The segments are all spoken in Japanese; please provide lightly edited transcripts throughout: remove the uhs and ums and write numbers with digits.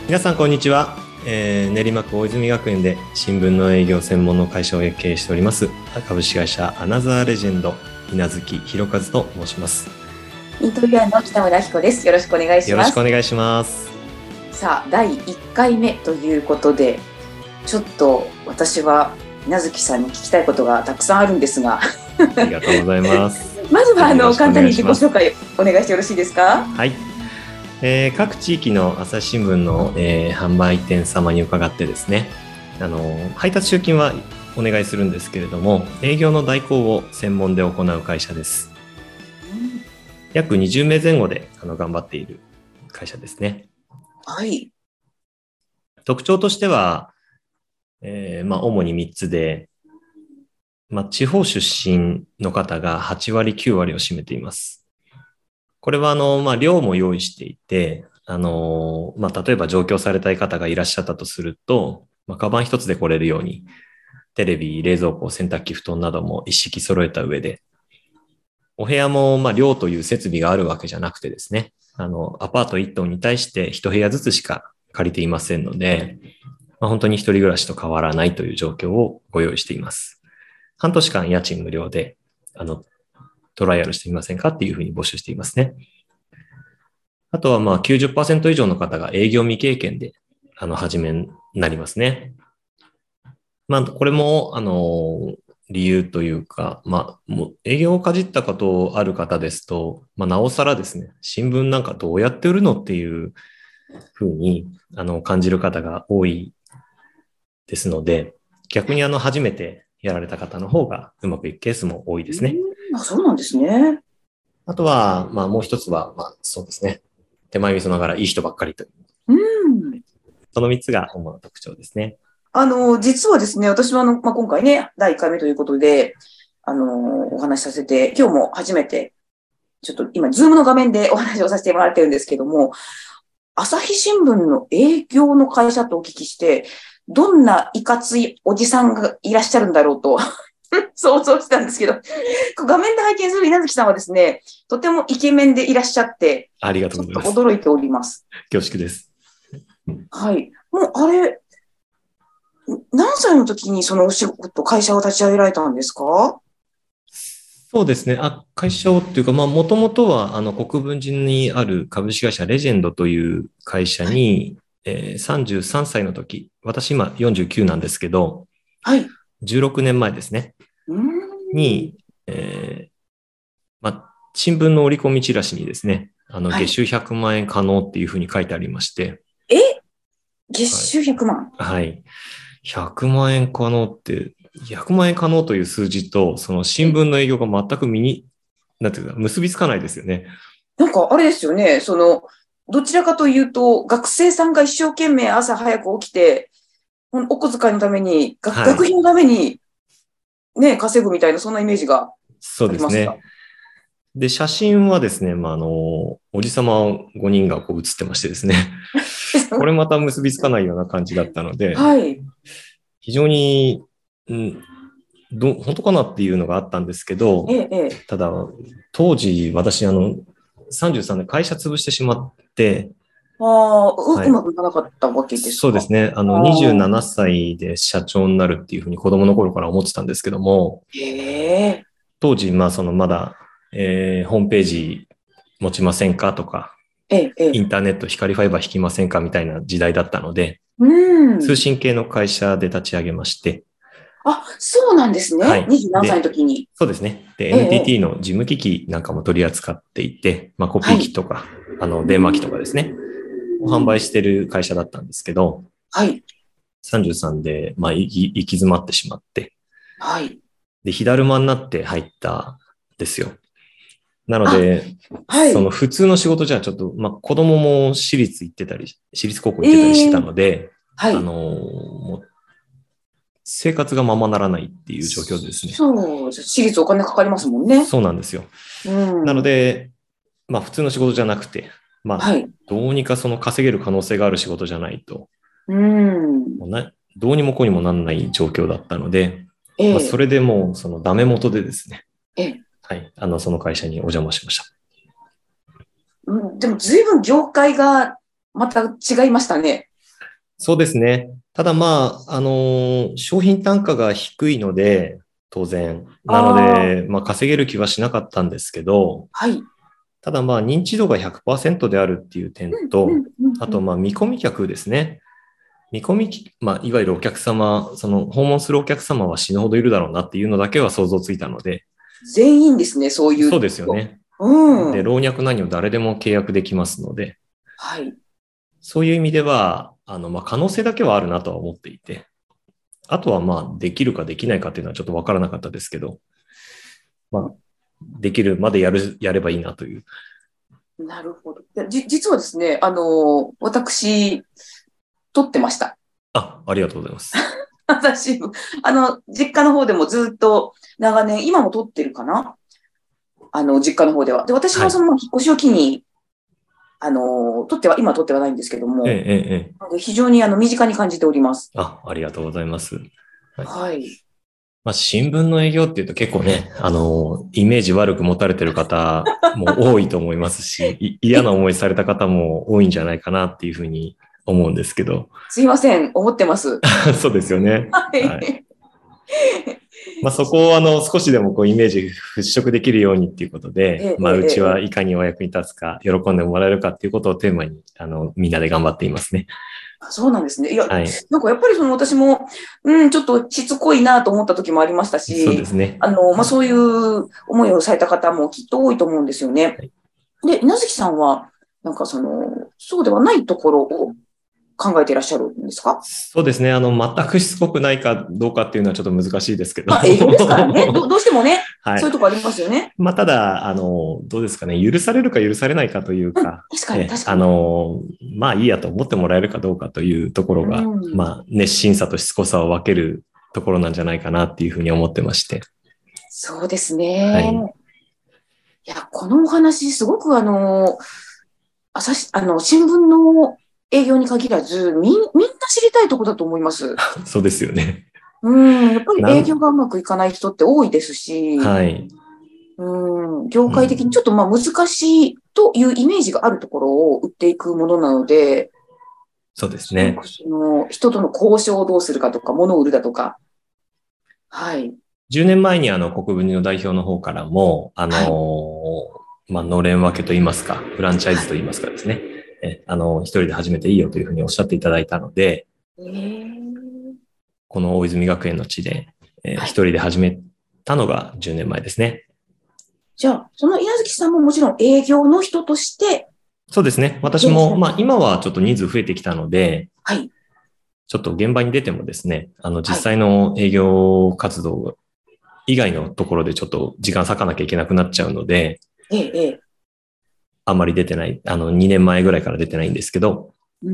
皆さんこんにちは、練馬区大泉学園で新聞の営業専門の会社を経営しております株式会社アナザーレジェンド稲月弘和と申します。 インタビュアーの北村明子です。よろしくお願いします。 よろしくお願いします。 さあ、第1回目ということで、ちょっと私は稲月さんに聞きたいことがたくさんあるんですがありがとうございますまずは簡単に自己紹介お願いしてよろしいですか？ はい、各地域の朝日新聞の、販売店様に伺ってですね、配達集金はお願いするんですけれども、営業の代行を専門で行う会社です。約20名前後で頑張っている会社ですね。 はい。 特徴としては、主に3つで、地方出身の方が8割9割を占めています。これは量も用意していて、例えば上京されたい方がいらっしゃったとすると、カバン一つで来れるようにテレビ、冷蔵庫、洗濯機、布団なども一式揃えた上で、お部屋も寮という設備があるわけじゃなくてですね、アパート1棟に対して1部屋ずつしか借りていませんので、本当に一人暮らしと変わらないという状況をご用意しています。半年間家賃無料でトライアルしてみませんかっていうふうに募集していますね。あとは90% 以上の方が営業未経験で始めになりますね。これも理由というか、もう営業をかじったことある方ですと、なおさらですね、新聞なんかどうやって売るのっていうふうに感じる方が多いですので、逆に初めてやられた方の方がうまくいくケースも多いですね。 そうなんですね。 あとは、もう一つは、そうですね。手前味噌ながらいい人ばっかりという。その3つが主な特徴ですね。 実はですね、私は今回ね、第1回目ということで、お話しさせて、今日も初めて、ちょっと今、ズームの画面でお話をさせてもらってるんですけども、朝日新聞の営業の会社とお聞きして、どんないかついおじさんがいらっしゃるんだろうと想像したんですけど、画面で拝見する稲月さんはですね、とてもイケメンでいらっしゃって、 ありがとうございます。 ちょっと驚いております。 恐縮です。 はい。もうあれ、何歳の時にそのお仕事、会社を立ち上げられたんですか？ そうですね。会社をっていうか、もともとは、国分寺にある株式会社レジェンドという会社に、33歳の時、私今49なんですけど、 はい。 16年前ですね。に、新聞の折り込みチラシにですね、月収100万円可能っていうふうに書いてありまして。 月収100万？ はい。100万円可能って、100万円可能という数字と、その新聞の営業が全くなんていうか、結びつかないですよね。 なんかあれですよね、どちらかというと、学生さんが一生懸命朝早く起きて、お小遣いのために、学費のために、ね、稼ぐみたいな、そんなイメージがあります。 そうですね。で、写真はですね、おじさま5人がこう写ってましてですね、これまた結びつかないような感じだったので、 はい、 非常に、本当かなっていうのがあったんですけど、ただ、当時私33で会社潰してしまって、 うまくいかなかったわけですか？ そうですね。27歳で社長になるっていうふうに子供の頃から思ってたんですけども、当時、まだ、ホームページ持ちませんかとか、インターネット光ファイバー引きませんかみたいな時代だったので、通信系の会社で立ち上げまして。 そうなんですね。はい、27歳の時に。 そうですね。で、NTT の事務機器なんかも取り扱っていて、コピー機とか、電話機とかですね、を販売している会社だったんですけど、 はい。 33で、行き詰まってしまって、 はい。 で、火だるまになって入ったんですよ。なので、その普通の仕事じゃちょっと、子供も私立行ってたり、私立高校行ってたりしてたので、もう生活がままならないっていう状況ですね。 そう、私立お金かかりますもんね。 そうなんですよ。なので、普通の仕事じゃなくて、どうにかその稼げる可能性がある仕事じゃないと、どうにもこうにもなんない状況だったので、それでもうそのダメ元でですね、はい、その会社にお邪魔しました。 でも随分業界がまた違いましたね。 そうですね。ただ商品単価が低いので、当然。なのああ、 で、稼げる気はしなかったんですけど、 はい。 ただ認知度が100%であるっていう点と、あと見込み客ですね。見込み、いわゆるお客様、その訪問するお客様は死ぬほどいるだろうなっていうのだけは想像ついたので、 全員ですね、そういうそうですよ人。 ね。で、 うん。 老若男女誰でも契約できますので、 はい。 そういう意味では、可能性だけはあるなとは思っていて、あとはできるかできないかっていうのはちょっとわからなかったですけど、まあ、できるまでやればいいなという。 なるほど。実はですね、私、撮ってました。 ありがとうございます。 私、実家の方でもずっと長年、今も撮ってるかな、実家の方では。で、私はい。 もその引っ越しを機に、今撮ってはないんですけどええ、 も、 ええ、ええ。 非常に身近に感じております。 ありがとうございます。はい。 はい。 新聞の営業っていうと結構ね、イメージ悪く持たれてる方も多いと思いますし、嫌なえ、 思いされた方も多いんじゃないかなっていうふうに思うんですけど、 すいません、思ってます。 そうですよね。 ははい。 い。 そこを少しでもイメージ払拭できるようにっていうことで、 ええ、 うちはええ、 いかにお役に立つか、喜んでもらえるかっていうことをテーマに、みんなで頑張っていますね。 そうなんですね。いや、 はい。 なんかやっぱり私も、ちょっとしつこいなと思った時もありましたそうでし、 すね。 そういう思いをされた方もきっと多いと思うんですよね。 はい。 で、稲月さんは、なんかそうではないところを考えていらっしゃるんですか？ そうですね。全くしつこくないかどうかっていうのはちょっと難しいですけど。 まあ、営業ですからね。どうしてもね、 はい。 そういうとこありますよね。 ただ、どうですかね。許されるか許されないかといううん、 か、 確かに、確かに。 いいやと思ってもらえるかどうかというところうが、 ん。 熱心さとしつこさを分けるところなんじゃないかなっていうふうに思ってまして。 そうですね。 はい。 いや、このお話、すごく新聞の営業に限らず、みんな知りたいところだと思います。 そうですよね。 やっぱり営業がうまくいかない人って多いですし、 はい。 業界的にうん。 ちょっと難しいというイメージがあるところを売っていくものなので、 そうですね。 すごく人との交渉をどうするかとか、物を売るだとか、はい、 10年前に国分の代表の方からも、 はい、 のれん分けといいますか、フランチャイはい。 ズといいますかですね。一人で始めていいよというふうにおっしゃっていただいたので、この大泉学園の地で、 はい。 一人で始めたのが10年前ですね。 じゃあ、その稲月さんももちろん営業の人としてそうですね。私も、 やってらっしゃる。 今はちょっと人数増えてきたので、 はい、 ちょっと現場に出てもですね、 はい。 実際の営業活動以外のところでちょっと時間割かなきゃいけなくなっちゃうので、 ええ、ええ。 あんまり出てない、2年前ぐらいから出てないんですけど、 うん。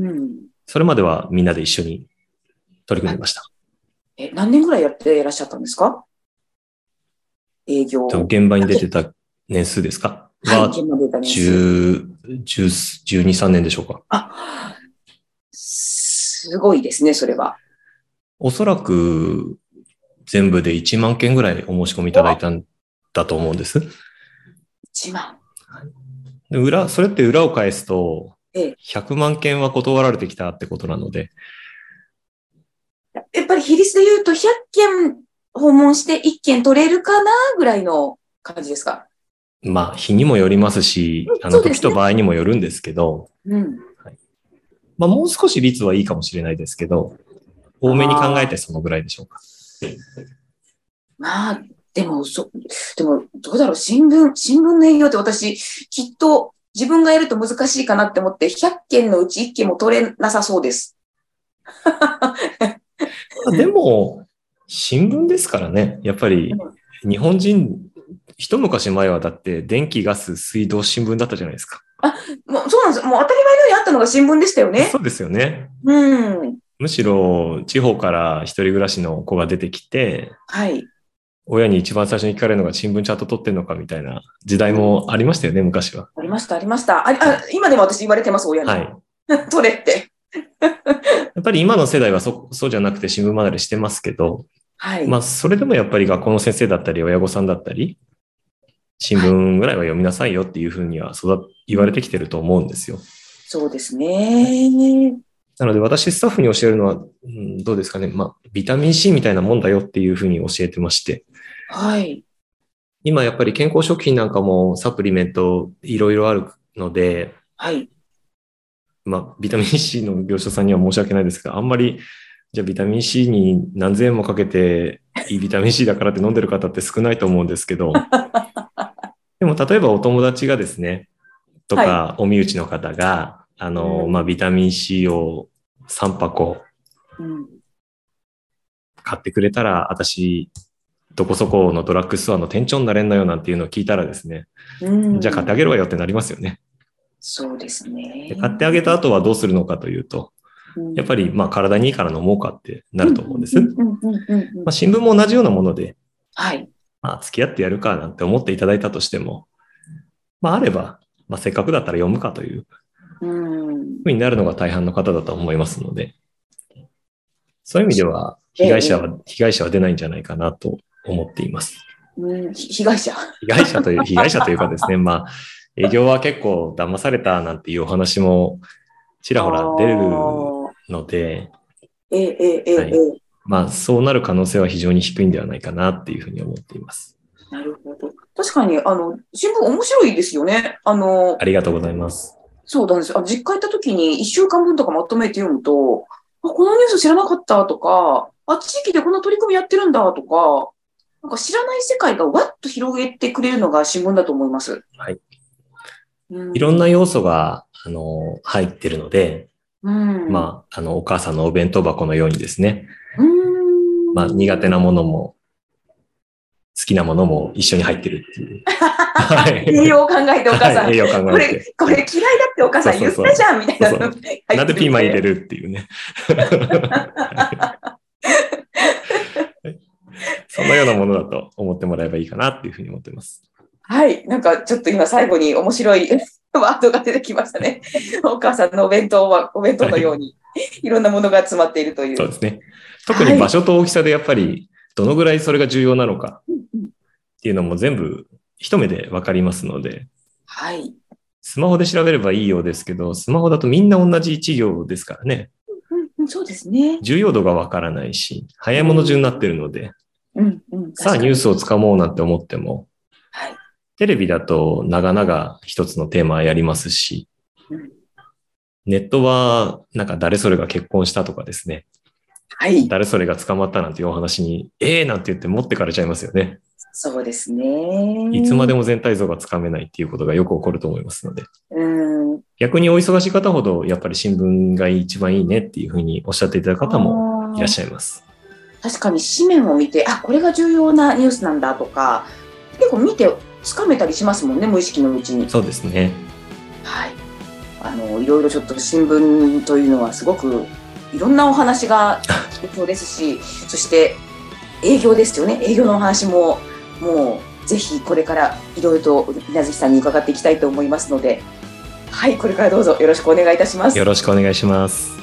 それまではみんなで一緒に取り組んはい。 でました。 何年ぐらいやっていらっしゃったんですか？営業現場にだけ。 出てた年数ですかはい、 は、 現場データ年数。 12、3年でしょうか。 あ、すごいですね、それは。 おそらく全部で1万件ぐらいお申し込みいただいわ、 たんだと思うんです。 1万。 でそれって裏を返すと、 ええ。 100万件は断られてきたってことなので、 やっぱり比率で言うと100件訪問して1件取れるかなぐらいの感じですか？ 日にもよりますし、時そうですね。 と場合にもよるんですけど、 うん。 はい、もう少し率はいいかもしれないですけど、多めに考えああ、 てそのぐらいでしょうか。 まあ、でも、でも、どうだろう、新聞の営業って私、きっと自分がやると難しいかなって思って、100件のうち1件も取れなさそうです。 でも、新聞ですからね。やっぱり、日本人、一昔前はだって電気、ガス、水道、新聞だったじゃないですか。 あ、もうそうなんです。もう当たり前のようにあったのが新聞でしたよね。 そうですよね。 うん。 むしろ、地方から一人暮らしの子が出てきて、 はい。 親に一番最初に聞かれるのが新聞ちゃんと取ってんのかみたいな時代うん。 もありましたよね、昔は。 ありました、ありました。 はい。 今でも私言われてます、親に。 はい。 取れって。 やっぱり今の世代はそうじゃなくて新聞離れしてますけど、 はい。 それでもやっぱり学校の先生だったり、親御さんだったり、新はい。 聞ぐらいは読みなさいよっていうふうには言われてきてると思うんですよ。 そうですね。 なので私スタッフに教えるのは、どうですかね。ビタミン C みたいなもんだよっていうふうに教えてまして。 はい。 今やっぱり健康食品なんかもサプリメントいろいろあるので、 はい。 ビタミン C の業者さんには申し訳ないですが、あんまり、じゃあビタミン C に何千円もかけて、いいビタミン C だからって飲んでる方って少ないと思うんですけど、でも例えばお友達がですね、とはい。 かお身内の方が、ビタミン C を3箱うん。 買ってくれたら、私、どこそこのドラッグストアの店長になれんのよなんていうのを聞いたらですね、 うじゃあ買ってあん。 げるわよってなりますよね。 そうですで、 ね。 買ってあげた後はどうするのかというと、 うん。 やっぱり体にいいから飲もうかってなうん。 ると思うんです。 うん。うん。うん。うん。うん。 新聞も同じようなもので、 はい。 付き合ってやるかなんて思っていただいたとしても、あれば、せっかくだったら読むかといううん。 ふうになるのが大半の方だと思いますので、そういう意味ではええ。 被害者は出ないんじゃないかなと思っています。 うん。被害者。 被害者というかですね、営業は結構騙されたなんていうお話もちらあほら出るあ。 ので、 ええ。ええ。えはい。 え。 そうなる可能性は非常に低いんではないかなっていうふうに思っています。 なるほど。確かに、新聞面白いですよね。 ありがとうございます。 そうなんですよ。実家行った時に1週間分とかまとめて読むと、このニュース知らなかったとか、地域でこんな取り組みやってるんだとか、なんか知らない世界がわっと広げてくれるのが新聞だと思います。 はい。 ういろんなん。 要素が、入ってるので、 うん。 お母さんのお弁当箱のようにですね、 う苦手ん。 なものも好きなものも一緒に入ってるっていう。はい。 栄養を考えてお母はい。 さん、 栄養考これ、 えて。 これ嫌いだってお母さん言っそうそうそう。 たじゃんみたいそうそう。 なの入ってなんでピーマン入れるみたいな。 るっていうね。そんなようなものだと思ってもらえばいいかなっていうふうに思っています。 はい。なんかちょっと今最後に面白いワードが出てきましたね。お母さんのお弁当は、お弁当のようにいろんなものが詰まっているという。 そうですね。特にはい。 場所と大きさでやっぱりどのぐらいそれが重要なのかうんうん。 っていうのも全部一目でわかりますので、 はい。 スマホで調べればいいようですけど、スマホだとみんな同じ一行ですからね。 うんうん、そうですね。 重要度がわからないし、早いもの順になっうん。 てるので、 うんうん、 さあ確かに。 ニュースをつかもうなんて思っても、 はい。 テレビだと長々一つのテーマやりますし、 うん、 ネットはなんか誰それが結婚したとかですね、 はい。 誰それが捕まったなんていうお話に、なんて言って持ってかれちゃいますよね。 そうですいつまでね。 も全体像がつかめないっていうことがよく起こると思いますので。 うん。 逆にお忙しい方ほど、やっぱり新聞が一番いいねっていうふうにおっしゃっていただくあ方もいらっあ、 しゃいます。 確かに紙面を見て、これが重要なニュースなんだとか、結構見てつかめたりしますもんね、無意識のうちに。 そうですね。 はい。いろいろちょっと新聞というのはすごくいろんなお話が聞けそうですし、そして営業ですよね。営業のお話ももうぜひこれからいろいろと稲月さんに伺っていきたいと思いますので、はい、これからどうぞよろしくお願いいたします。 よろしくお願いします。